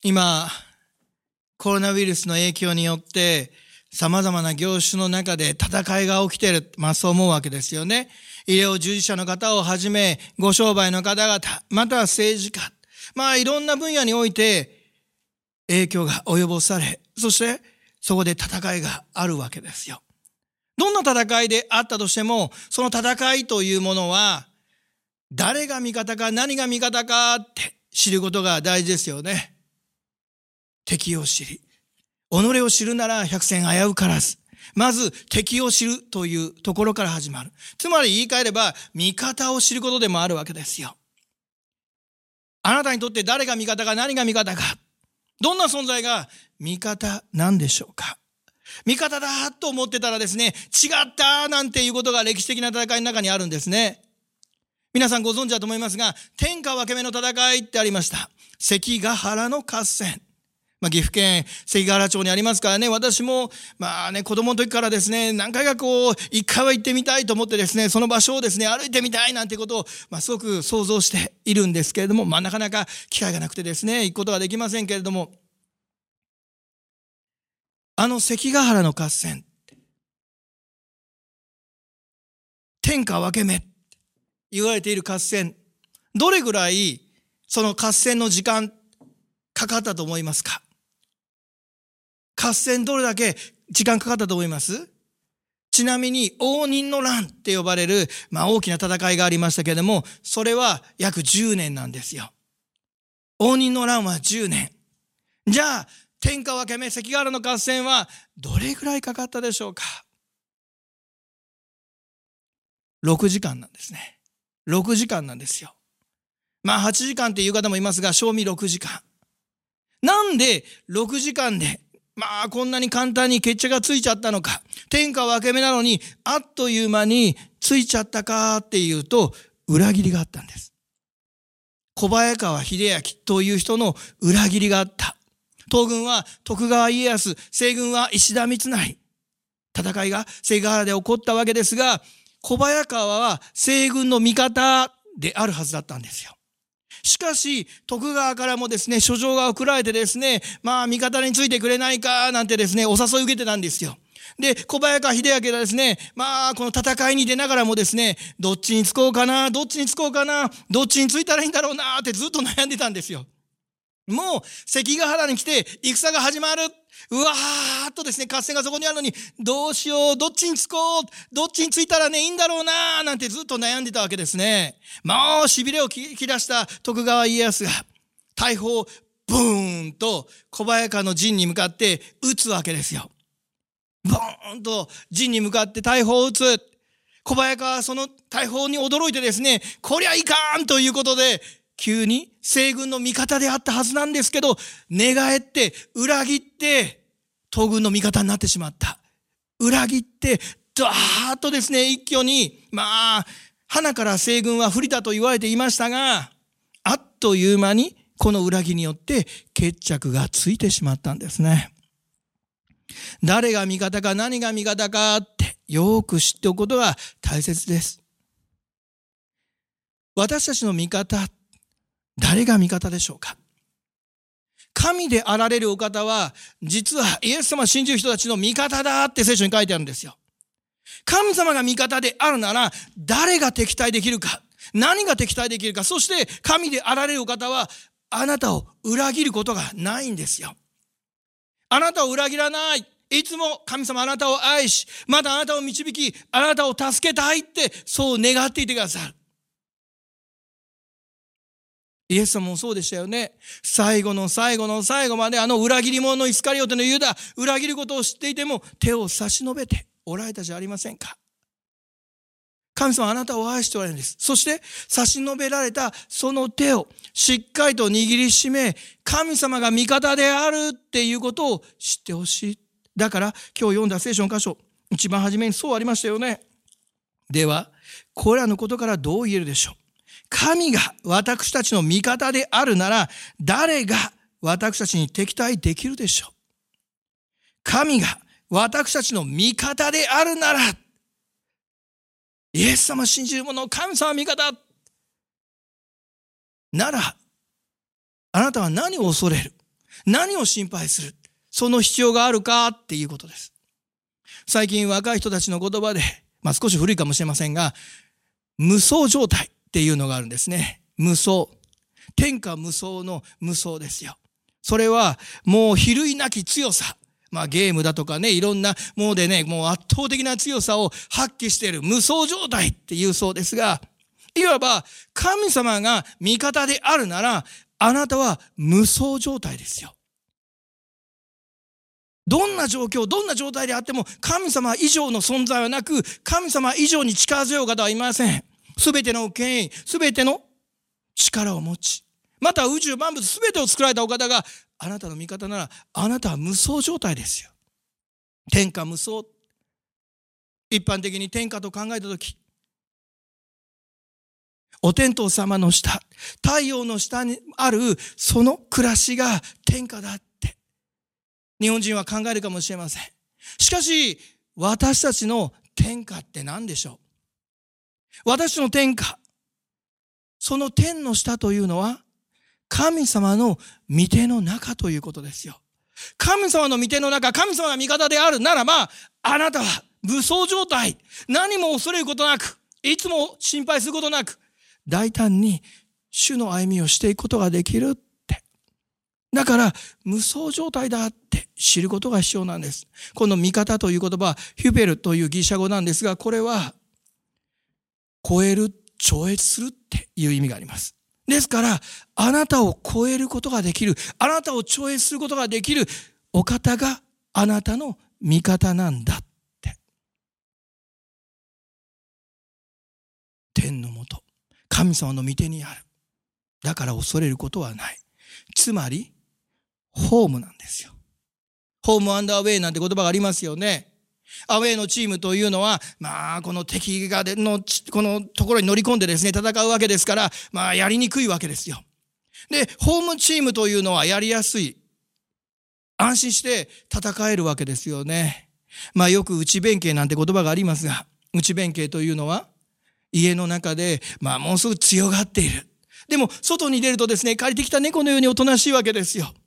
今、コロナウイルスの影響によって様々な業種の中で戦いが起きている。そう思うわけですよね。医療従事者の方をはじめ、ご商売の方々、または政治家。いろんな分野において影響が及ぼされ、そしてそこで戦いがあるわけですよ。どんな戦いであったとしても、その戦いというものは、誰が味方か何が味方かって知ることが大事ですよね。敵を知り、己を知るなら百戦危うからず。まず敵を知るというところから始まる。つまり言い換えれば、味方を知ることでもあるわけですよ。あなたにとって誰が味方か何が味方か、どんな存在が味方なんでしょうか。味方だと思ってたらですね、違ったなんていうことが歴史的な戦いの中にあるんですね。皆さんご存知だと思いますが、天下分け目の戦いってありました。関ヶ原の合戦。岐阜県関ヶ原町にありますからね、私も子供の時からですね、何回か一回は行ってみたいと思ってですね、その場所をですね、歩いてみたいなんてことを、すごく想像しているんですけれども、なかなか機会がなくてですね、行くことができませんけれども、関ヶ原の合戦、天下分け目言われている合戦、どれぐらいその合戦の時間かかったと思いますか？合戦どれだけ時間かかったと思います？ちなみに応仁の乱って呼ばれる、大きな戦いがありましたけれども、それは約10年なんですよ。応仁の乱は10年。じゃあ天下分け目関ヶ原の合戦はどれぐらいかかったでしょうか？6時間なんですね。6時間なんですよ。8時間っていう方もいますが、賞味6時間。なんで6時間でこんなに簡単に決着がついちゃったのか。天下分け目なのにあっという間についちゃったかっていうと、裏切りがあったんです。小早川秀秋という人の裏切りがあった。東軍は徳川家康、西軍は石田三成。戦いが関ヶ原で起こったわけですが、小早川は西軍の味方であるはずだったんですよ。しかし徳川からもですね、書状が送られてですね、味方についてくれないかなんてですね、お誘い受けてたんですよ。で、小早川秀秋がですね、この戦いに出ながらもですね、どっちにつこうかな、どっちにつこうかな、どっちについたらいいんだろうなってずっと悩んでたんですよ。もう関ヶ原に来て戦が始まる。うわーっとですね、合戦がそこにあるのに、どうしよう、どっちにつこう、どっちについたらね、いいんだろうななんてずっと悩んでたわけですね。もう痺れを切り出した徳川家康が大砲をブーンと小早川の陣に向かって撃つわけですよ。ボーンと陣に向かって大砲を撃つ。小早川はその大砲に驚いてですね、こりゃいかんということで、急に西軍の味方であったはずなんですけど、寝返って裏切って東軍の味方になってしまった。裏切ってドワーッとですね、一挙に花から西軍は不利だと言われていましたが、あっという間にこの裏切りによって決着がついてしまったんですね。誰が味方か何が味方かってよく知っておくことが大切です。私たちの味方、誰が味方でしょうか？神であられるお方は、実はイエス様を信じる人たちの味方だって聖書に書いてあるんですよ。神様が味方であるなら、誰が敵対できるか、何が敵対できるか、そして神であられるお方は、あなたを裏切ることがないんですよ。あなたを裏切らない。いつも神様あなたを愛し、またあなたを導き、あなたを助けたいって、そう願っていてくださる。イエス様もそうでしたよね。最後の最後の最後まで裏切り者のイスカリオテのユダ、裏切ることを知っていても手を差し伸べておられたじゃありませんか。神様はあなたを愛しておられるんです。そして差し伸べられたその手をしっかりと握りしめ、神様が味方であるっていうことを知ってほしい。だから今日読んだ聖書の箇所、一番初めにそうありましたよね。ではこれらのことからどう言えるでしょう。神が私たちの味方であるなら、誰が私たちに敵対できるでしょう。神が私たちの味方であるなら、イエス様を信じる者、神様味方なら、あなたは何を恐れる？ 何を心配する？その必要があるかっていうことです。最近若い人たちの言葉で、少し古いかもしれませんが、無双状態っていうのがあるんですね。無双。天下無双の無双ですよ。それはもう比類なき強さ。ゲームだとかね、いろんなものでね、もう圧倒的な強さを発揮している無双状態っていうそうですが、いわば神様が味方であるなら、あなたは無双状態ですよ。どんな状況、どんな状態であっても、神様以上の存在はなく、神様以上に力強い方はいません。すべての権威、すべての力を持ち、また宇宙万物すべてを作られたお方があなたの味方なら、あなたは無双状態ですよ。天下無双。一般的に天下と考えたとき、お天道様の下、太陽の下にあるその暮らしが天下だって日本人は考えるかもしれません。しかし私たちの天下って何でしょう？私の天下、その天の下というのは神様の御手の中ということですよ。神様の御手の中、神様が味方であるならば、あなたは無双状態、何も恐れることなく、いつも心配することなく、大胆に主の歩みをしていくことができるって。だから無双状態だって知ることが必要なんです。この味方という言葉はヒュベルというギリシャ語なんですが、これは超える、超越するっていう意味があります。ですからあなたを超えることができる、あなたを超越することができるお方があなたの味方なんだって。天の下、神様の御手にある。だから恐れることはない。つまりホームなんですよ。ホームアンダーウェイなんて言葉がありますよね。アウェイのチームというのは、この敵がこのところに乗り込んでですね、戦うわけですから、やりにくいわけですよ。で、ホームチームというのはやりやすい。安心して戦えるわけですよね。よく内弁慶なんて言葉がありますが、内弁慶というのは、家の中で、ものすごく強がっている。でも、外に出るとですね、借りてきた猫のようにおとなしいわけですよ。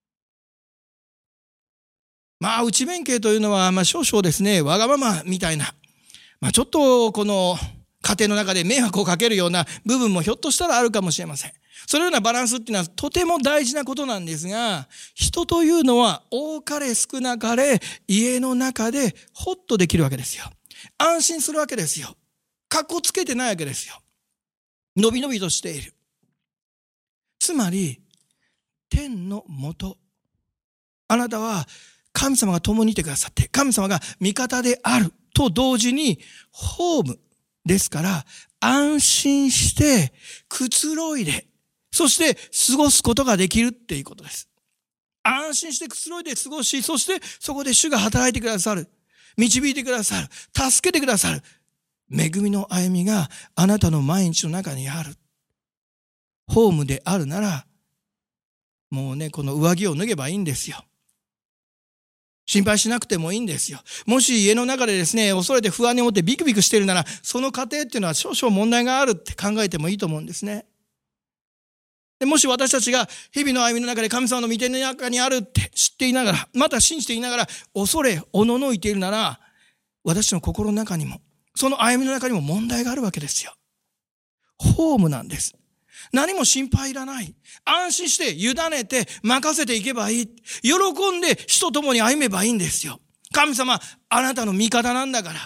内弁慶というのは、少々ですね、わがままみたいな、ちょっとこの家庭の中で迷惑をかけるような部分もひょっとしたらあるかもしれません。そのようなバランスっていうのはとても大事なことなんですが、人というのは多かれ少なかれ家の中でホッとできるわけですよ。安心するわけですよ。かっこつけてないわけですよ。のびのびとしている。つまり、天の下。あなたは神様が共にいてくださって、神様が味方であると同時に、ホームですから、安心してくつろいで、そして過ごすことができるっていうことです。安心してくつろいで過ごし、そしてそこで主が働いてくださる。導いてくださる。助けてくださる。恵みの歩みがあなたの毎日の中にある。ホームであるなら、もうね、この上着を脱げばいいんですよ。心配しなくてもいいんですよ。もし家の中でですね、恐れて不安に思ってビクビクしているなら、その過程っていうのは少々問題があるって考えてもいいと思うんですね。でもし私たちが日々の歩みの中で神様の御手の中にあるって知っていながら、また信じていながら恐れ、おののいているなら、私の心の中にも、その歩みの中にも問題があるわけですよ。ホームなんです。何も心配いらない。安心して委ねて任せていけばいい。喜んで主と共に歩めばいいんですよ。神様、あなたの味方なんだから。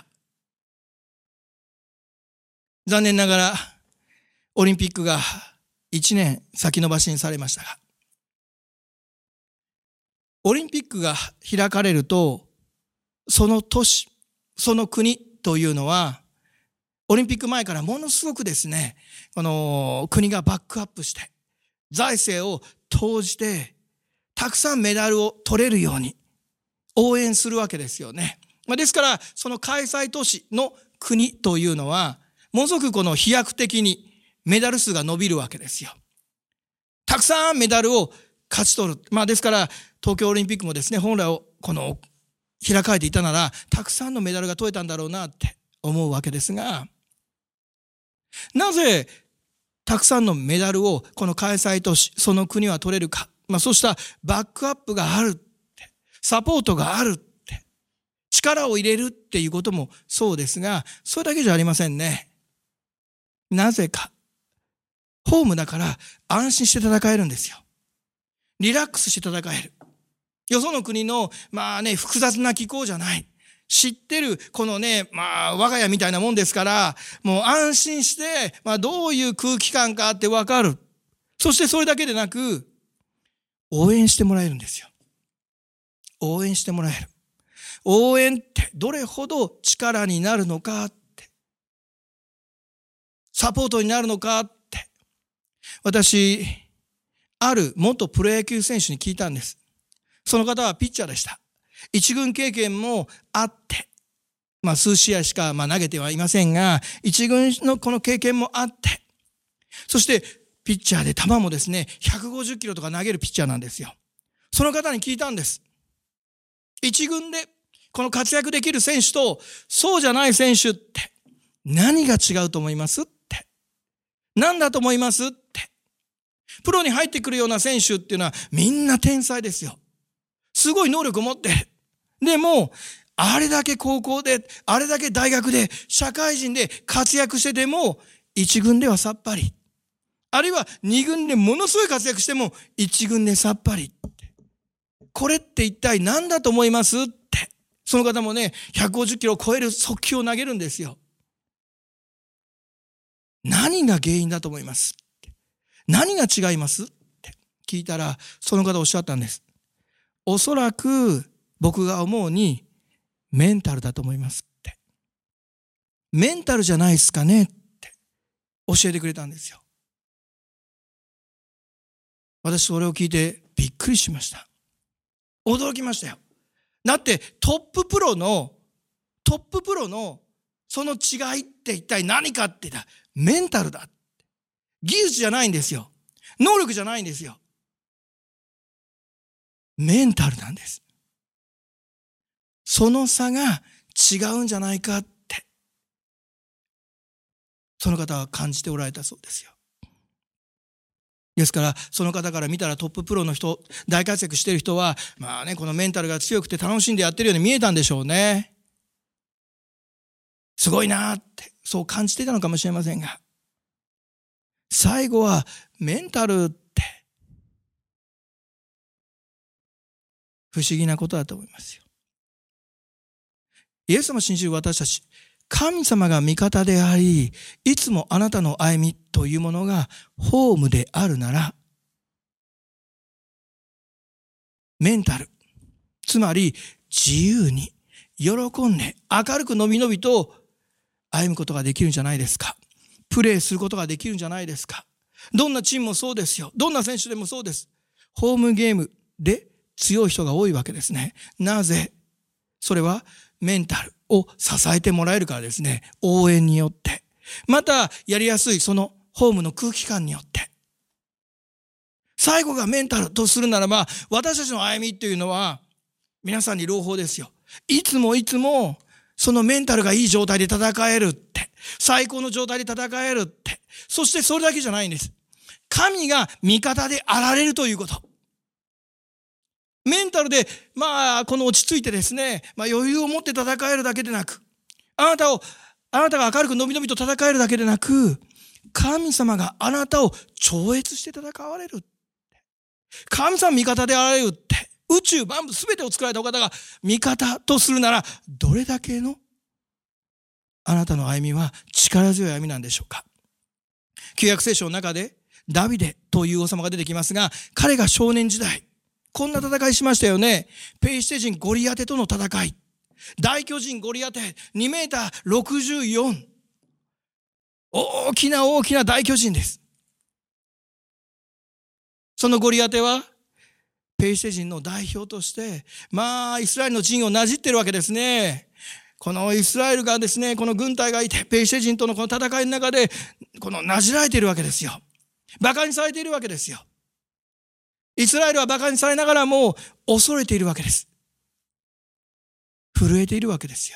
残念ながら、オリンピックが1年先延ばしにされましたが、オリンピックが開かれると、その都市、その国というのは、オリンピック前からものすごくですね、この国がバックアップして、財政を投じて、たくさんメダルを取れるように応援するわけですよね。ですから、その開催都市の国というのは、ものすごくこの飛躍的にメダル数が伸びるわけですよ。たくさんメダルを勝ち取る。ですから、東京オリンピックもですね、本来この開かれていたなら、たくさんのメダルが取れたんだろうなって思うわけですが、なぜたくさんのメダルをこの開催都市、その国は取れるか。 そうしたバックアップがあるって、サポートがあるって、力を入れるっていうこともそうですが、それだけじゃありませんね。なぜか、ホームだから安心して戦えるんですよ。リラックスして戦える。よその国の、複雑な気候じゃない。知ってる、このね、我が家みたいなもんですから、もう安心して、どういう空気感かってわかる。そしてそれだけでなく、応援してもらえるんですよ。応援してもらえる。応援ってどれほど力になるのかって。サポートになるのかって。私、ある元プロ野球選手に聞いたんです。その方はピッチャーでした。一軍経験もあって、数試合しか投げてはいませんが、一軍のこの経験もあって、そしてピッチャーで球もですね、150キロとか投げるピッチャーなんですよ。その方に聞いたんです。一軍でこの活躍できる選手とそうじゃない選手って何が違うと思いますって。何だと思いますって。プロに入ってくるような選手っていうのはみんな天才ですよ。すごい能力を持ってる。でも、あれだけ高校で、あれだけ大学で、社会人で活躍してても、一軍ではさっぱり。あるいは二軍でものすごい活躍しても、一軍でさっぱり。これって一体何だと思いますって。その方もね、150キロを超える速球を投げるんですよ。何が原因だと思いますって。何が違いますって聞いたら、その方おっしゃったんです。おそらく僕が思うにメンタルだと思いますって。メンタルじゃないですかねって教えてくれたんですよ。私それを聞いてびっくりしました。驚きましたよ。だってトッププロのその違いって一体何かって言ったらメンタルだ。技術じゃないんですよ。能力じゃないんですよ。メンタルなんです。その差が違うんじゃないかって、その方は感じておられたそうですよ。ですから、その方から見たらトッププロの人、大活躍している人は、このメンタルが強くて楽しんでやってるように見えたんでしょうね。すごいなって、そう感じていたのかもしれませんが、最後はメンタルって、不思議なことだと思いますよ。イエス様を信じる私たち、神様が味方であり、いつもあなたの歩みというものがホームであるなら、メンタル、つまり自由に喜んで明るくのびのびと歩むことができるんじゃないですか。プレーすることができるんじゃないですか。どんなチームもそうですよ。どんな選手でもそうです。ホームゲームで強い人が多いわけですね。なぜ？それはメンタルを支えてもらえるからですね。応援によって。また、やりやすいそのホームの空気感によって。最後がメンタルとするならば、私たちの歩みっていうのは、皆さんに朗報ですよ。いつもそのメンタルがいい状態で戦えるって。最高の状態で戦えるって。そしてそれだけじゃないんです。神が味方であられるということ。メンタルで、この落ち着いてですね、余裕を持って戦えるだけでなく、あなたが明るくのびのびと戦えるだけでなく、神様があなたを超越して戦われる。神様味方であられるって、宇宙万物すべてを作られたお方が味方とするなら、どれだけのあなたの歩みは力強い歩みなんでしょうか。旧約聖書の中でダビデという王様が出てきますが、彼が少年時代、こんな戦いしましたよね。ペリシテ人ゴリアテとの戦い。大巨人ゴリアテ、2メーター64。大きな大巨人です。そのゴリアテは、ペリシテ人の代表として、イスラエルの陣をなじってるわけですね。このイスラエルがですね、この軍隊がいて、ペリシテ人とのこの戦いの中で、このなじられているわけですよ。馬鹿にされているわけですよ。イスラエルは馬鹿にされながらも恐れているわけです。震えているわけですよ。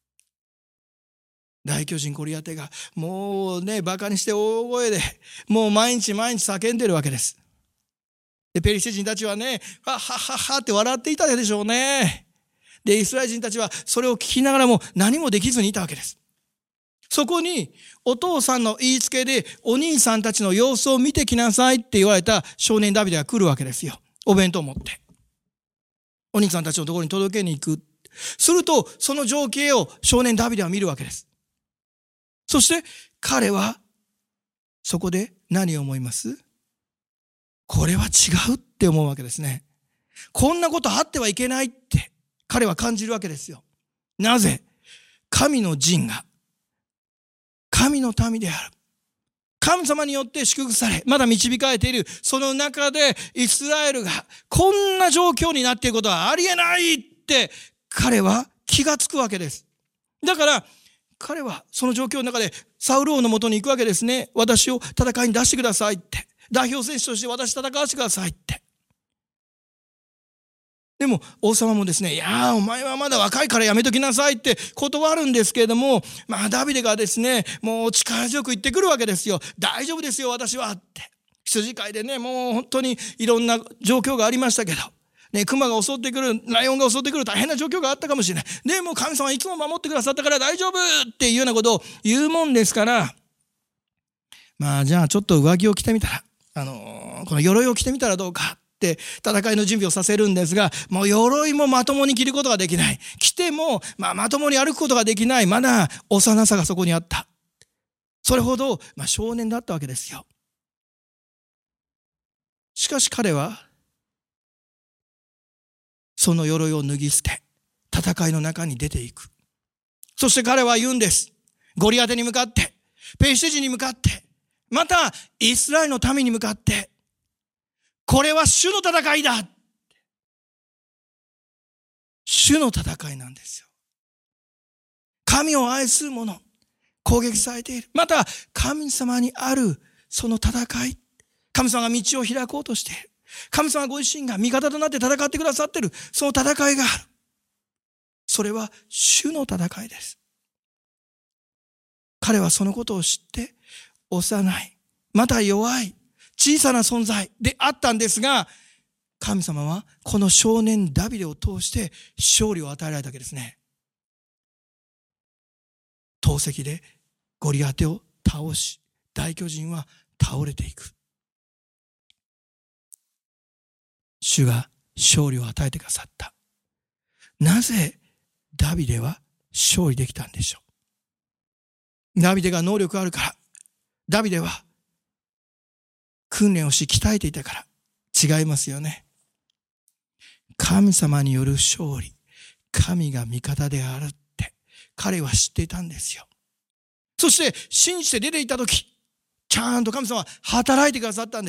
大巨人ゴリアテがもうね、馬鹿にして大声で、もう毎日叫んでいるわけです。 で、ペリシテ人たちはね、ははははって笑っていたでしょうね。で、イスラエル人たちはそれを聞きながらも何もできずにいたわけです。そこにお父さんの言いつけでお兄さんたちの様子を見てきなさいって言われた少年ダビデが来るわけですよ。お弁当を持って。お兄さんたちのところに届けに行く。すると、その情景を少年ダビデは見るわけです。そして彼はそこで何を思います？これは違うって思うわけですね。こんなことあってはいけないって彼は感じるわけですよ。なぜ？神の陣が神の民である。神様によって祝福され、まだ導かれている、その中でイスラエルがこんな状況になっていることはありえないって彼は気がつくわけです。だから彼はその状況の中でサウル王のもとに行くわけですね。私を戦いに出してくださいって。代表選手として私戦わせてくださいって。でも王様もですね、いやお前はまだ若いからやめときなさいって断るんですけれども、ダビデがですね、もう力強く言ってくるわけですよ。大丈夫ですよ私はって。羊飼いでね、もう本当にいろんな状況がありましたけど、ね、熊が襲ってくる、ライオンが襲ってくる大変な状況があったかもしれない。でも神様はいつも守ってくださったから大丈夫っていうようなことを言うもんですから、じゃあちょっと上着を着てみたら、この鎧を着てみたらどうかって戦いの準備をさせるんですが、もう鎧もまともに着ることができない。着ても、まともに歩くことができない。まだ幼さがそこにあった。それほど、少年だったわけですよ。しかし彼は、その鎧を脱ぎ捨て、戦いの中に出ていく。そして彼は言うんです。ゴリアテに向かって、ペリシテ人に向かって、またイスラエルの民に向かって、これは主の戦いだ。主の戦いなんですよ。神を愛する者、攻撃されている。また神様にあるその戦い。神様が道を開こうとしている。神様ご自身が味方となって戦ってくださっている。その戦いがある。それは主の戦いです。彼はそのことを知って、幼い、また弱い、小さな存在であったんですが、神様はこの少年ダビデを通して勝利を与えられたわけですね。投石でゴリアテを倒し、大巨人は倒れていく。主が勝利を与えてくださった。なぜダビデは勝利できたんでしょう。ダビデが能力あるから、ダビデは訓練をし鍛えていたから。違いますよね。神様による勝利、神が味方であるって彼は知っていたんですよ。そして信じて出て行ったとき、ちゃんと神様は働いてくださったんです。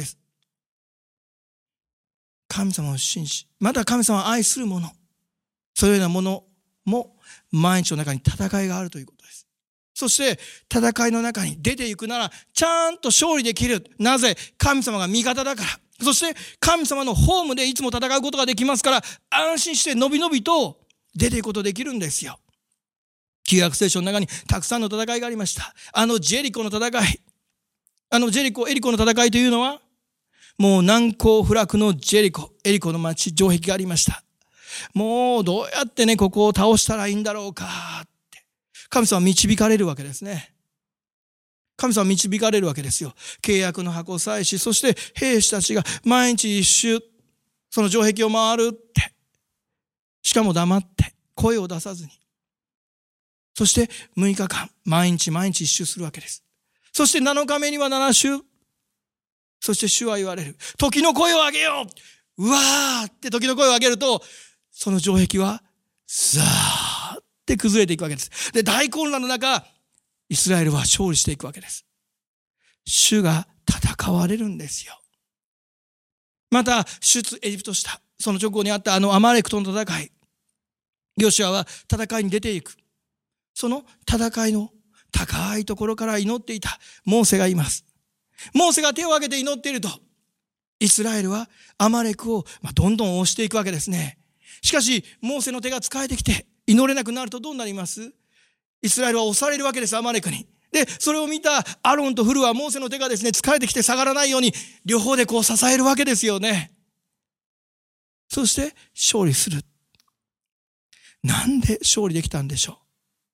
神様を信じ、また神様を愛する者、そういうようなものも毎日の中に戦いがあるということです。そして戦いの中に出ていくならちゃんと勝利できる。なぜ？神様が味方だから。そして神様のホームでいつも戦うことができますから、安心してのびのびと出ていくことができるんですよ。旧約聖書の中にたくさんの戦いがありました。ジェリコの戦い、エリコの戦いというのは、もう難攻不落のエリコの町、城壁がありました。もうどうやってね、ここを倒したらいいんだろうかって。神様は導かれるわけですね。神様は導かれるわけですよ。契約の箱を採し、そして兵士たちが毎日一周、その城壁を回るって。しかも黙って声を出さずに。そして6日間、毎日一周するわけです。そして7日目には7周。そして主は言われる。時の声を上げよう。うわーって時の声を上げると、その城壁はザーって崩れていくわけです。で、大混乱の中、イスラエルは勝利していくわけです。主が戦われるんですよ。また、出エジプトした、その直後にあったアマレクとの戦い。ヨシュアは戦いに出ていく。その戦いの高いところから祈っていたモーセがいます。モーセが手を挙げて祈っていると、イスラエルはアマレクをどんどん押していくわけですね。しかし、モーセの手が疲れてきて祈れなくなるとどうなります？イスラエルは押されるわけです、アマレクに。で、それを見たアロンとフルはモーセの手がですね、疲れてきて下がらないように両方でこう支えるわけですよね。 そして勝利する。なんで勝利できたんでしょ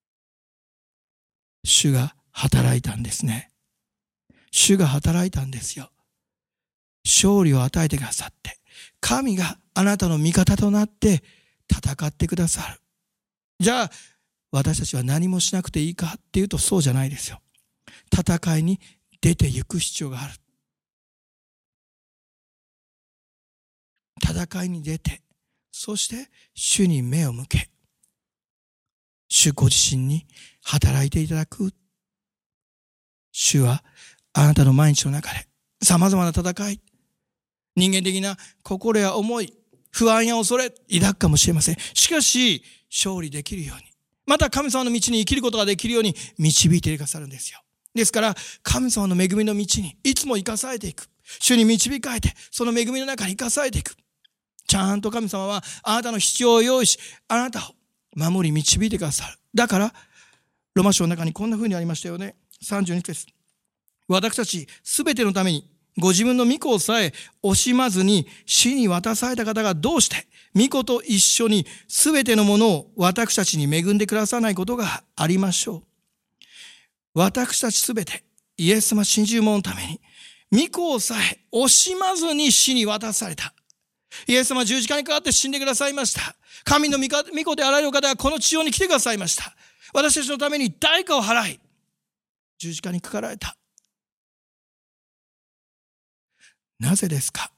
う。主が働いたんですね。主が働いたんですよ。勝利を与えてくださって、神があなたの味方となって戦ってくださる。じゃあ私たちは何もしなくていいかっていうと、そうじゃないですよ。戦いに出て行く必要がある。戦いに出て、そして主に目を向け、主ご自身に働いていただく。主はあなたの毎日の中で様々な戦い、人間的な心や思い、不安や恐れ抱くかもしれません。しかし勝利できるように、また神様の道に生きることができるように導いてくださるんですよ。ですから神様の恵みの道にいつも生かされていく。主に導かれて、その恵みの中に生かされていく。ちゃんと神様はあなたの必要を用意し、あなたを守り導いてくださる。だからローマ書の中にこんな風にありましたよね。32節。私たちすべてのためにご自分の御子さえ惜しまずに死に渡された方が、どうして御子と一緒にすべてのものを私たちに恵んでくださらないことがありましょう。私たちすべてイエス様信じる者のために御子さえ惜しまずに死に渡された。イエス様十字架にかかって死んでくださいました。神の御子であられる方がこの地上に来てくださいました。私たちのために代価を払い、十字架にかかられた。なぜですか。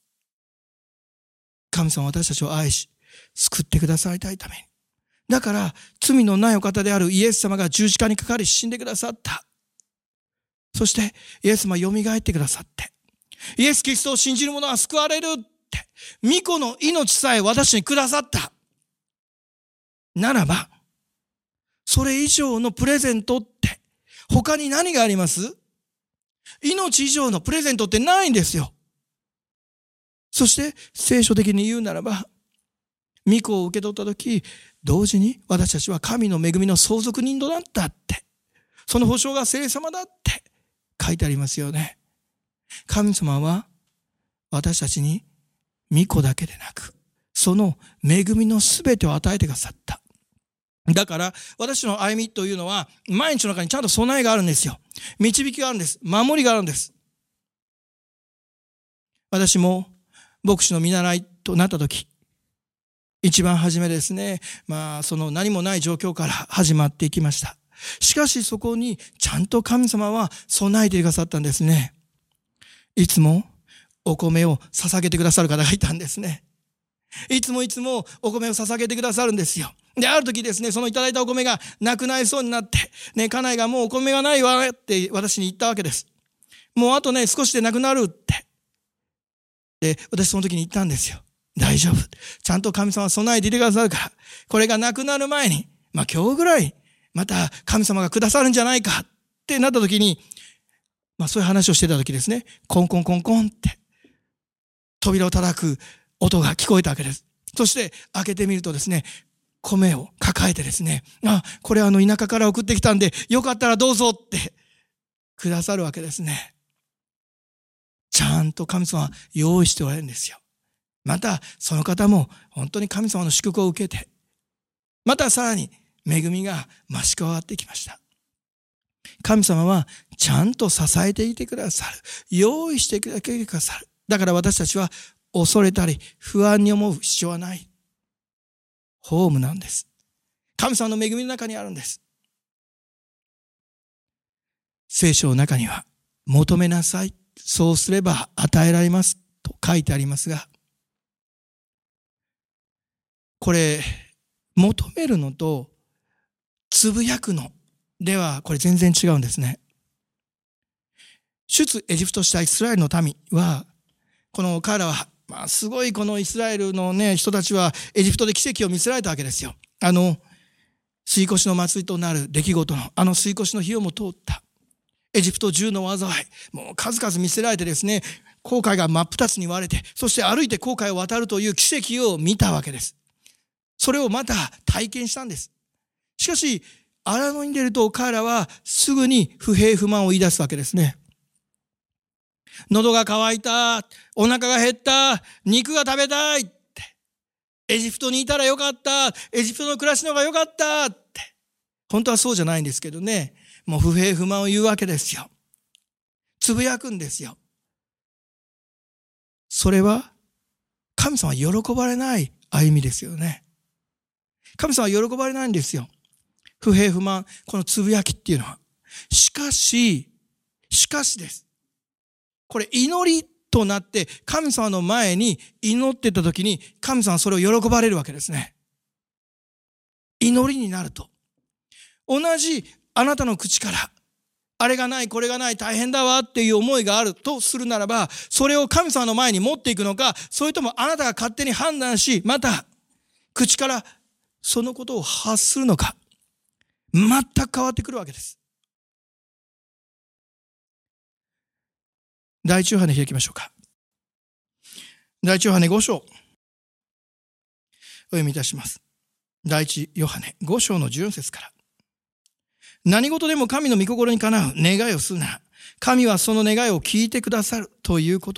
神様は私たちを愛し救ってくださりたいために。だから罪のないお方であるイエス様が十字架にかかり死んでくださった。そしてイエス様は蘇ってくださって、イエス・キリストを信じる者は救われるって、御子の命さえ私にくださった。ならばそれ以上のプレゼントって他に何があります？命以上のプレゼントってないんですよ。そして聖書的に言うならば、御子を受け取ったとき、同時に私たちは神の恵みの相続人となったって、その保証が聖霊様だって書いてありますよね。神様は私たちに御子だけでなく、その恵みのすべてを与えてくださった。だから私の歩みというのは毎日の中にちゃんと備えがあるんですよ。導きがあるんです。守りがあるんです。私も牧師の見習いとなったとき、一番初めですね、その何もない状況から始まっていきました。しかしそこにちゃんと神様は備えてくださったんですね。いつもお米を捧げてくださる方がいたんですね。いつもお米を捧げてくださるんですよ。で、ある時ですね、そのいただいたお米がなくなりそうになって、ね、家内がもうお米がないわって私に言ったわけです。もうあとね、少しでなくなるって。で、私その時に言ったんですよ。大丈夫。ちゃんと神様は備えていてくださるから、これがなくなる前に、今日ぐらい、また神様がくださるんじゃないかってなった時に、そういう話をしてた時ですね、コンコンコンコンって、扉を叩く音が聞こえたわけです。そして開けてみるとですね、米を抱えてですね、これ田舎から送ってきたんで、よかったらどうぞってくださるわけですね。ちゃんと神様は用意しておられるんですよ。またその方も本当に神様の祝福を受けて、またさらに恵みが増し加わってきました。神様はちゃんと支えていてくださる。用意してくださる。だから私たちは恐れたり不安に思う必要はない。ホームなんです。神様の恵みの中にあるんです。聖書の中には求めなさい、そうすれば与えられますと書いてありますが、これ求めるのとつぶやくのではこれ全然違うんですね。出エジプトしたイスラエルの民は、この彼らはすごいこのイスラエルのね人たちはエジプトで奇跡を見せられたわけですよ。吸い越しの祭りとなる出来事の吸い越しの日をも通ったエジプト中の災い、もう数々見せられてですね、紅海が真っ二つに割れて、そして歩いて紅海を渡るという奇跡を見たわけです。それをまた体験したんです。しかし荒野に出ると彼らはすぐに不平不満を言い出すわけですね。喉が渇いた、お腹が減った、肉が食べたいってエジプトにいたらよかった。エジプトの暮らしの方がよかったって。本当はそうじゃないんですけどね。もう不平不満を言うわけですよ。つぶやくんですよ。それは神様は喜ばれない歩みですよね。神様は喜ばれないんですよ。不平不満、このつぶやきっていうのは。しかしです。これ祈りとなって神様の前に祈ってた時に神様はそれを喜ばれるわけですね。祈りになると。同じあなたの口からあれがないこれがない大変だわっていう思いがあるとするならば、それを神様の前に持っていくのか、それともあなたが勝手に判断し、また口からそのことを発するのか、全く変わってくるわけです。第一ヨハネ開きましょうか。第一ヨハネ5章お読みいたします。第一ヨハネ5章の14節から。何事でも神の御心にかなう願いをするなら、神はその願いを聞いてくださるということ。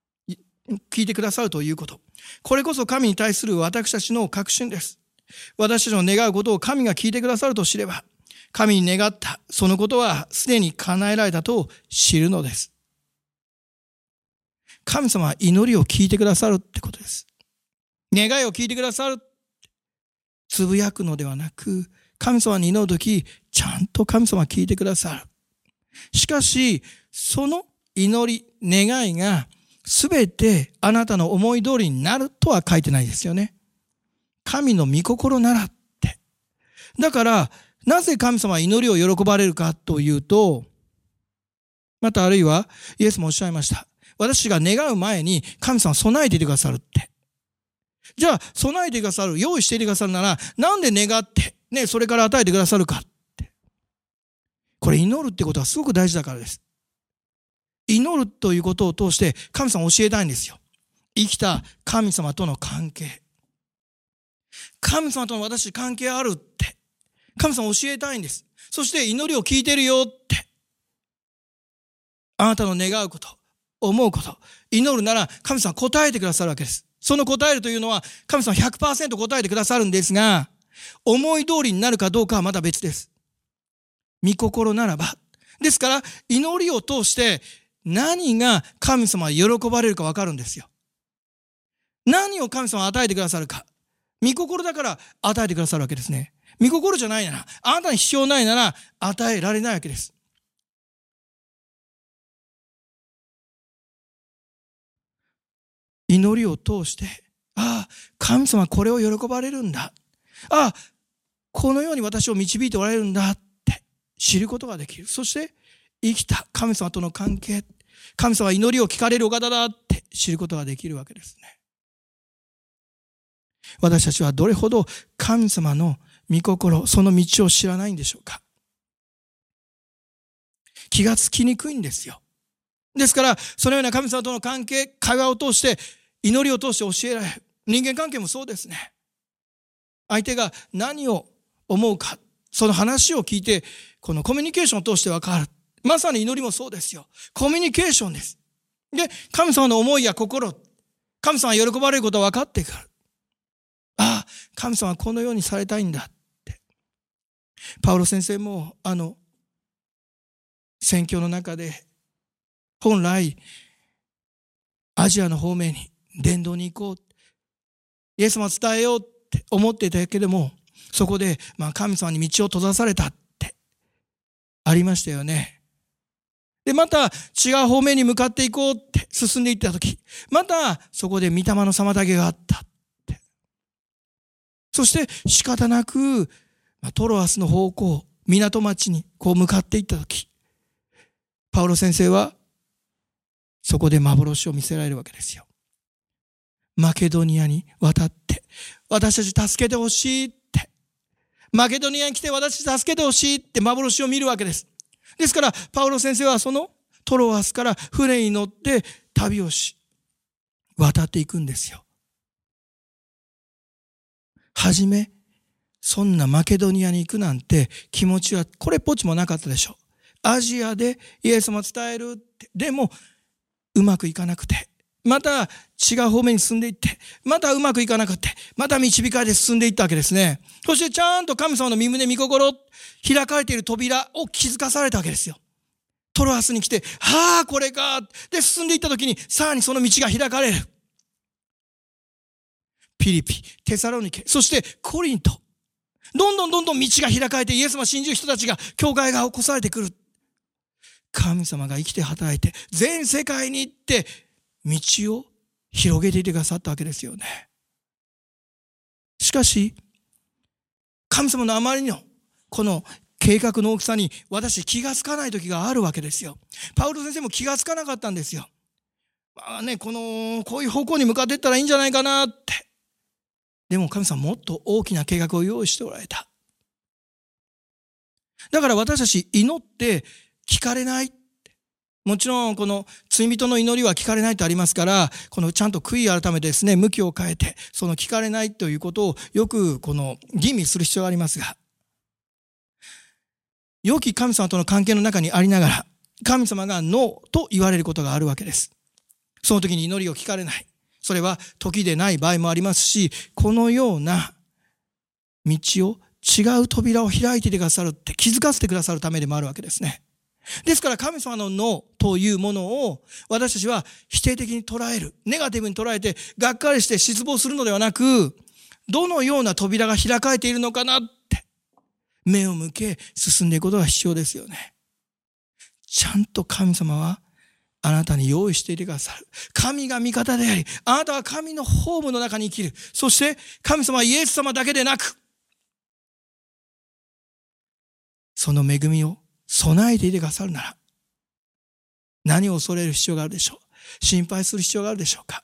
これこそ神に対する私たちの確信です。私たちの願うことを神が聞いてくださると知れば、神に願ったそのことはすでに叶えられたと知るのです。神様は祈りを聞いてくださるってことです。願いを聞いてくださる。つぶやくのではなく、神様に祈るとき、ちゃんと神様は聞いてくださる。しかし、その祈り、願いがすべてあなたの思い通りになるとは書いてないですよね。神の御心ならって。だから、なぜ神様は祈りを喜ばれるかというと、またあるいはイエスもおっしゃいました。私が願う前に神様は備えていてくださるって。じゃあ、備えてくださる、用意していてくださるなら、なんで願って、ね、それから与えてくださるかって。これ祈るってことはすごく大事だからです。祈るということを通して神様を教えたいんですよ。生きた神様との関係。神様との私関係あるって。神様を教えたいんです。そして祈りを聞いてるよって。あなたの願うこと、思うこと、祈るなら神様は答えてくださるわけです。その答えるというのは神様 100% 答えてくださるんですが、思い通りになるかどうかはまた別です。御心ならば。ですから祈りを通して何が神様は喜ばれるか分かるんですよ。何を神様は与えてくださるか。御心だから与えてくださるわけですね。御心じゃないなら、あなたに必要ないなら与えられないわけです。祈りを通して、ああ、神様はこれを喜ばれるんだ。ああ、このように私を導いておられるんだって知ることができる。そして生きた神様との関係、神様は祈りを聞かれるお方だって知ることができるわけですね。私たちはどれほど神様の御心、その道を知らないんでしょうか。気がつきにくいんですよ。ですから、そのような神様との関係、会話を通して、祈りを通して教えられる。人間関係もそうですね。相手が何を思うか、その話を聞いて、このコミュニケーションを通して分かる。まさに祈りもそうですよ。コミュニケーションです。で、神様の思いや心、神様が喜ばれることは分かってくる。ああ、神様はこのようにされたいんだって。パウロ先生も宣教の中で本来アジアの方面に伝道に行こう、イエス様を伝えようって思っていたけれども、そこで神様に道を閉ざされたってありましたよね。でまた違う方面に向かっていこうって進んでいった時、またそこで御霊の妨げがあったって。そして仕方なくトロアスの方向、港町にこう向かっていった時、パウロ先生はそこで幻を見せられるわけですよ。マケドニアに渡って私たち助けてほしいって、マケドニアに来て私たち助けてほしいって幻を見るわけです。ですからパウロ先生はそのトロアスから船に乗って旅をし渡っていくんですよ。はじめそんなマケドニアに行くなんて気持ちはこれっぽっちもなかったでしょう。アジアでイエス様を伝えるって、でもうまくいかなくてまた違う方面に進んでいって、またうまくいかなくって、また導かれて進んでいったわけですね。そしてちゃんと神様の身胸御心、開かれている扉を気づかされたわけですよ。トロアスに来て、これか。で、進んでいった時に、さらにその道が開かれる。ピリピ、テサロニケ、そしてコリント。どんどん道が開かれて、イエス様を信じる人たちが、教会が起こされてくる。神様が生きて働いて、全世界に行って、道を広げていてくださったわけですよね。しかし、神様のあまりの、この計画の大きさに、私気がつかない時があるわけですよ。パウロ先生も気がつかなかったんですよ。こういう方向に向かっていったらいいんじゃないかなって。でも神様もっと大きな計画を用意しておられた。だから私たち祈って聞かれない。もちろんこの罪人の祈りは聞かれないとありますから、このちゃんと悔い改めてですね、向きを変えて、その聞かれないということをよくこの吟味する必要がありますが、良き神様との関係の中にありながら、神様がノーと言われることがあるわけです。その時に祈りを聞かれない。それは時でない場合もありますし、このような道を違う扉を開いていてくださるって気づかせてくださるためでもあるわけですね。ですから神様のノーというものを私たちは否定的に捉える、ネガティブに捉えてがっかりして失望するのではなく、どのような扉が開かれているのかなって目を向け進んでいくことが必要ですよね。ちゃんと神様はあなたに用意していてくださる。神が味方であり、あなたは神のホームの中に生きる。そして神様はイエス様だけでなく、その恵みを備えていてくださるなら、何を恐れる必要があるでしょう。心配する必要があるでしょうか。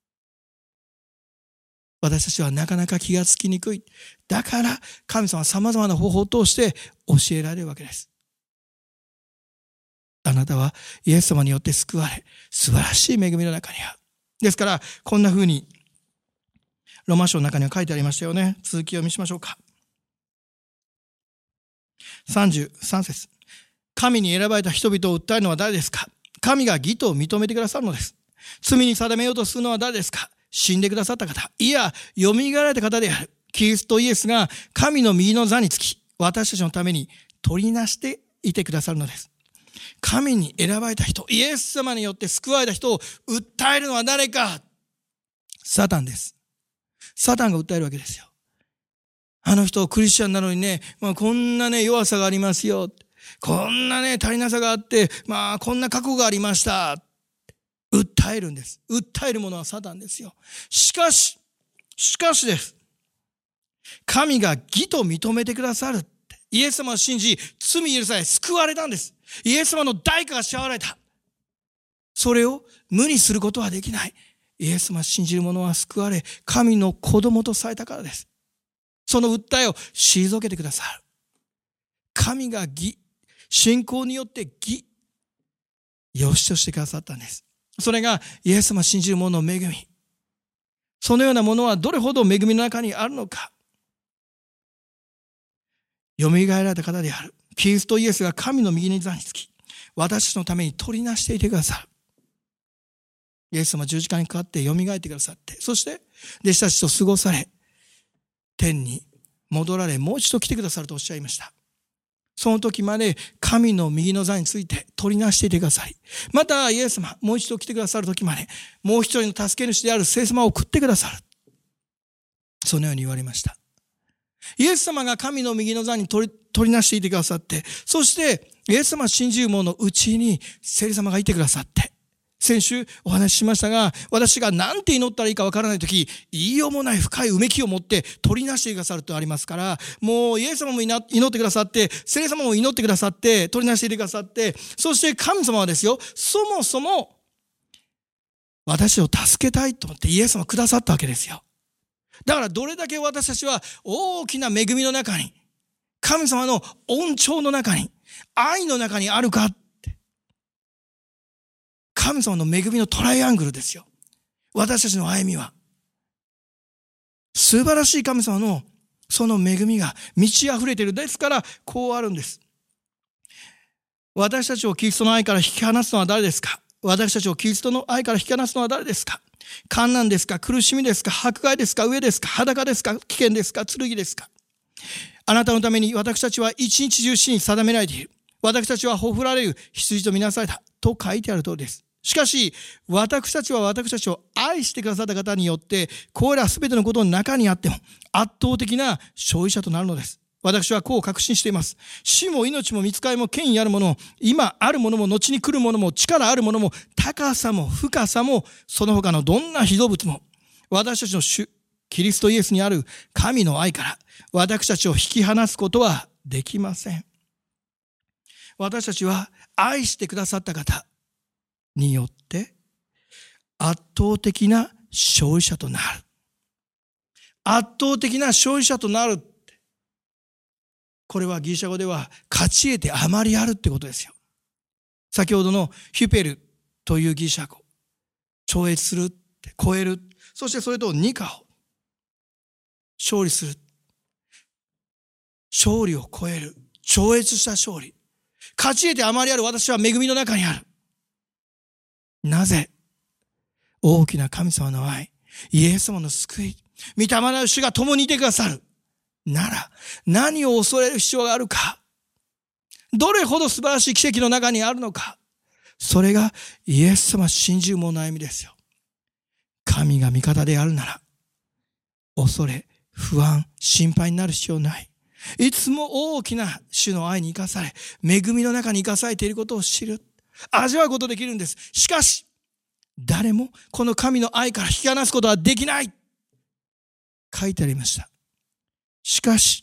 私たちはなかなか気がつきにくい。だから神様は様々な方法を通して教えられるわけです。あなたはイエス様によって救われ、素晴らしい恵みの中にある。ですからこんな風にローマ書の中には書いてありましたよね。続きを見しましょうか。33節。神に選ばれた人々を訴えるのは誰ですか。神が義と認めてくださるのです。罪に定めようとするのは誰ですか。死んでくださった方、いや、蘇られた方である。キリストイエスが神の右の座につき、私たちのために取りなしていてくださるのです。神に選ばれた人、イエス様によって救われた人を訴えるのは誰か。サタンです。サタンが訴えるわけですよ。あの人クリスチャンなのにね、こんなね弱さがありますよ。こんなね足りなさがあって、こんな過去がありました。訴えるんです。訴えるものはサタンですよ。しかしです。神が義と認めてくださる。イエス様を信じ、罪許され、救われたんです。イエス様の代価が支払われた。それを無にすることはできない。イエス様を信じる者は救われ、神の子供とされたからです。その訴えを退けてくださる。神が義、信仰によって義、良しとしてくださったんです。それがイエス様を信じる者の恵み。そのようなものはどれほど恵みの中にあるのか。蘇られた方であるキリストイエスが神の右に座につき、私たちのために取りなしていてくださる。イエス様は十字架にかかって蘇ってくださって、そして弟子たちと過ごされ、天に戻られ、もう一度来てくださるとおっしゃいました。その時まで神の右の座について取りなしていてくださり、またイエス様、もう一度来てくださる時まで、もう一人の助け主である聖様を送ってくださる。そのように言われました。イエス様が神の右の座に取りなしていてくださって、そしてイエス様を信じる者のうちに聖霊様がいてくださって、先週お話ししましたが、私が何て祈ったらいいかわからないとき、言いようもない深いうめきを持って取りなしてくださるとありますから、もうイエス様も祈ってくださって、聖霊様も祈ってくださって、取りなしていてくださって、そして神様はですよ、そもそも私を助けたいと思ってイエス様をくださったわけですよ。だからどれだけ私たちは大きな恵みの中に、神様の恩寵の中に、愛の中にあるかって。神様の恵みのトライアングルですよ。私たちの歩みは。素晴らしい神様のその恵みが満ち溢れている。ですからこうあるんです。私たちをキリストの愛から引き離すのは誰ですか。 私たちをキリストの愛から引き離すのは誰ですか？患難ですか？苦しみですか？迫害ですか？飢えですか？裸ですか？危険ですか？剣ですか？あなたのために私たちは一日中死に定められている。私たちはほふられる羊とみなされたと書いてある通りです。しかし、私たちは私たちを愛してくださった方によって、これらすべてのことの中にあっても圧倒的な勝利者となるのです。私はこう確信しています。死も命も見つかりも権威あるものも、今あるものも後に来るものも、力あるものも、高さも深さも、その他のどんな被造物も、私たちの主、キリストイエスにある神の愛から、私たちを引き離すことはできません。私たちは愛してくださった方によって圧倒的な勝利者となる。圧倒的な勝利者となる。これはギリシャ語では勝ち得てあまりあるってことですよ。先ほどのヒュペルというギリシャ語。超越する、超える。そしてそれとニカを勝利する。勝利を超える。超越した勝利。勝ち得てあまりある。私は恵みの中にある。なぜ？大きな神様の愛、イエス様の救い、御霊なる主が共にいてくださる。なら、何を恐れる必要があるか。どれほど素晴らしい奇跡の中にあるのか。それがイエス様信じる者の歩みですよ。神が味方であるなら、恐れ、不安、心配になる必要ない。いつも大きな主の愛に生かされ、恵みの中に生かされていることを知る。味わうことできるんです。しかし、誰もこの神の愛から引き離すことはできない。書いてありました。しかし、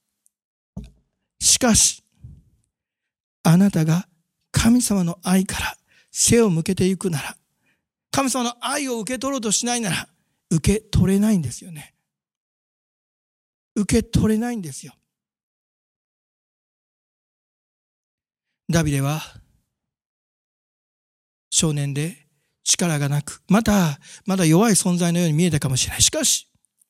あなたが神様の愛から背を向けていくなら、神様の愛を受け取ろうとしないなら、受け取れないんですよね。受け取れないんですよ。ダビデは少年で力がなく、まだ弱い存在のように見えたかもしれない。しかし、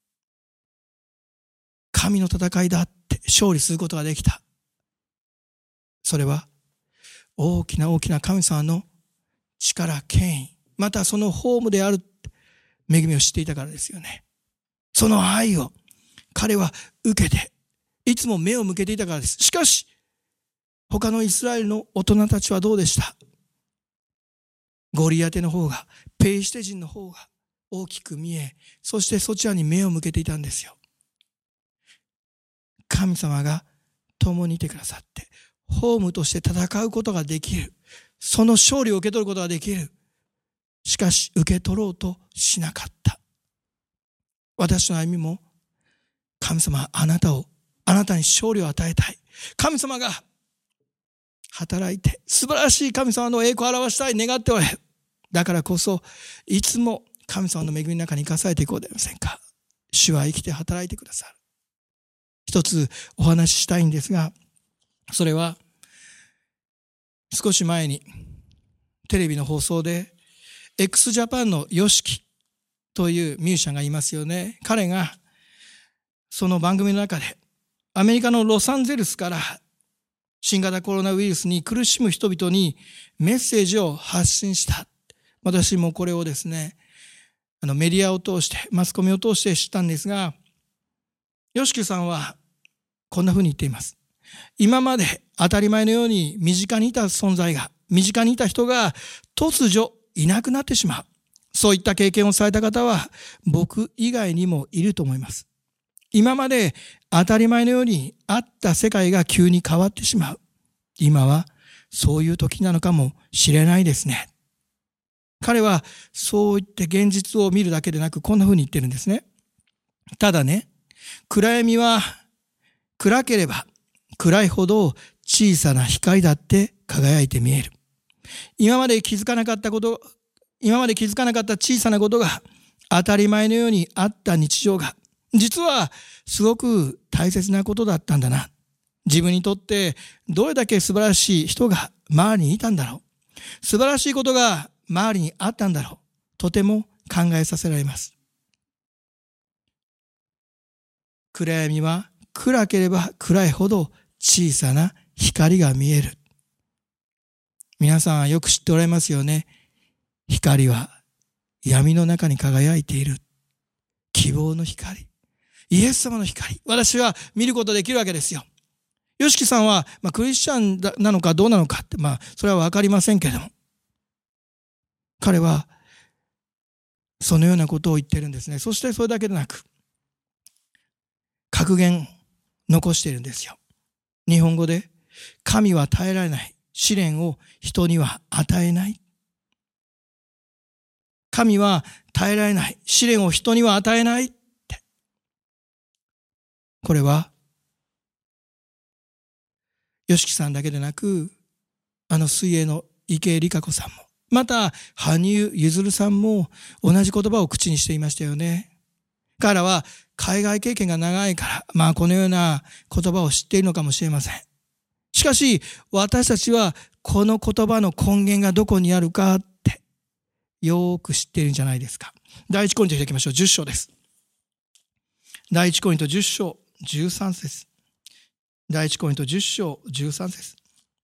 神の戦いだって勝利することができた。それは大きな神様の力、権威、またそのホームである恵みを知っていたからですよね。その愛を彼は受けて、いつも目を向けていたからです。しかし、他のイスラエルの大人たちはどうでした？ゴリアテの方が、ペリシテ人の方が大きく見え、そしてそちらに目を向けていたんですよ。神様が共にいてくださって、ホームとして戦うことができる。その勝利を受け取ることができる。しかし、受け取ろうとしなかった。私の歩みも、神様はあなたに勝利を与えたい。神様が働いて、素晴らしい神様の栄光を表したい願っておられる。だからこそ、いつも神様の恵みの中に生かされていこうではありませんか。主は生きて働いてくださる。一つお話ししたいんですが、それは少し前にテレビの放送で x ジャパンの YOSHIKI というミュージシャンがいますよね。彼がその番組の中でアメリカのロサンゼルスから新型コロナウイルスに苦しむ人々にメッセージを発信した。私もこれをですね、メディアを通して、マスコミを通して知ったんですが、YOSHIKIさんはこんなふうに言っています。今まで当たり前のように身近にいた存在が、身近にいた人が突如いなくなってしまう。そういった経験をされた方は僕以外にもいると思います。今まで当たり前のようにあった世界が急に変わってしまう。今はそういう時なのかもしれないですね。彼はそう言って現実を見るだけでなくこんなふうに言ってるんですね。ただね、暗闇は暗ければ暗いほど小さな光だって輝いて見える。今まで気づかなかった小さなことが当たり前のようにあった日常が実はすごく大切なことだったんだな。自分にとってどれだけ素晴らしい人が周りにいたんだろう。素晴らしいことが周りにあったんだろう。とても考えさせられます。暗闇は暗ければ暗いほど小さな光が見える。皆さんはよく知っておられますよね。 光は闇の中に輝いている。希望の光。イエス様の光。私は見ることできるわけですよ。ヨシキさんは、クリスチャンなのかどうなのかって、それはわかりませんけれども、彼はそのようなことを言ってるんですね。そしてそれだけでなく、格言残しているんですよ。日本語で、神は耐えられない試練を人には与えない。神は耐えられない試練を人には与えないって。これは、ヨシキさんだけでなく、水泳の池江璃花子さんも、また、羽生結弦さんも同じ言葉を口にしていましたよね。彼らは海外経験が長いから、このような言葉を知っているのかもしれません。しかし、私たちはこの言葉の根源がどこにあるかって、よーく知っているんじゃないですか。第一コリント開きましょう。10章です。第一コリント10章13節。第一コリント10章13節。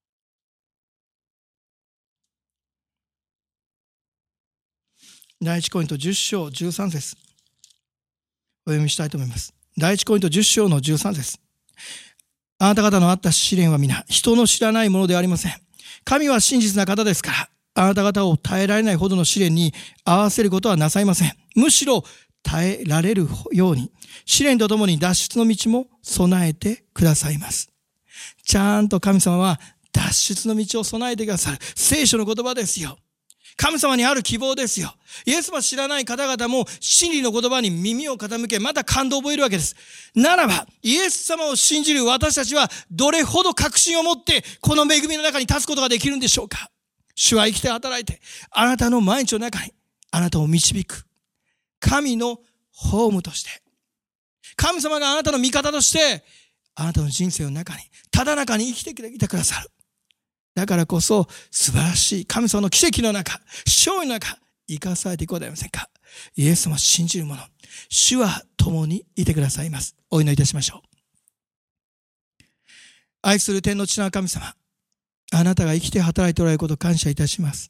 第一コリント10章13節。お読みしたいと思います。第一コリント10章の13節。あなた方のあった試練は皆、人の知らないものではありません。神は真実な方ですから、あなた方を耐えられないほどの試練に合わせることはなさいません。むしろ耐えられるように、試練とともに脱出の道も備えてくださいます。ちゃんと神様は脱出の道を備えてくださる。聖書の言葉ですよ。神様にある希望ですよ。イエス様知らない方々も真理の言葉に耳を傾け、また感動を覚えるわけです。ならば、イエス様を信じる私たちはどれほど確信を持ってこの恵みの中に立つことができるんでしょうか。主は生きて働いて、あなたの毎日の中にあなたを導く。神のホームとして、神様があなたの味方として、あなたの人生の中に、ただ中に生きていてくださる。だからこそ素晴らしい神様の奇跡の中、勝利の中、生かされていこうではありませんか。イエス様を信じる者、主は共にいてくださいます。お祈りいたしましょう。愛する天の父なる神様、あなたが生きて働いておられることを感謝いたします。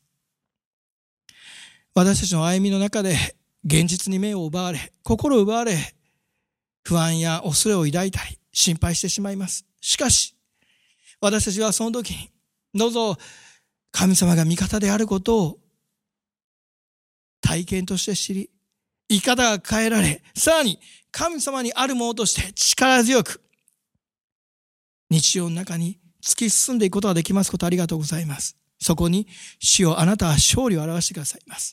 私たちの歩みの中で現実に目を奪われ、心を奪われ、不安や恐れを抱いたり、心配してしまいます。しかし、私たちはその時に、どうぞ神様が味方であることを体験として知り、生き方が変えられ、さらに神様にあるものとして力強く日常の中に突き進んでいくことができますことありがとうございます。そこに主よ、あなたは勝利を表してくださいます。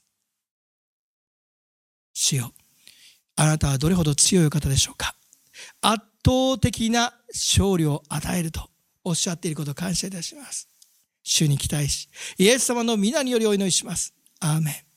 主よ、あなたはどれほど強いお方でしょうか。圧倒的な勝利を与えるとおっしゃっていることを感謝いたします。主に期待し、イエス様の皆によりお祈りします。アーメン。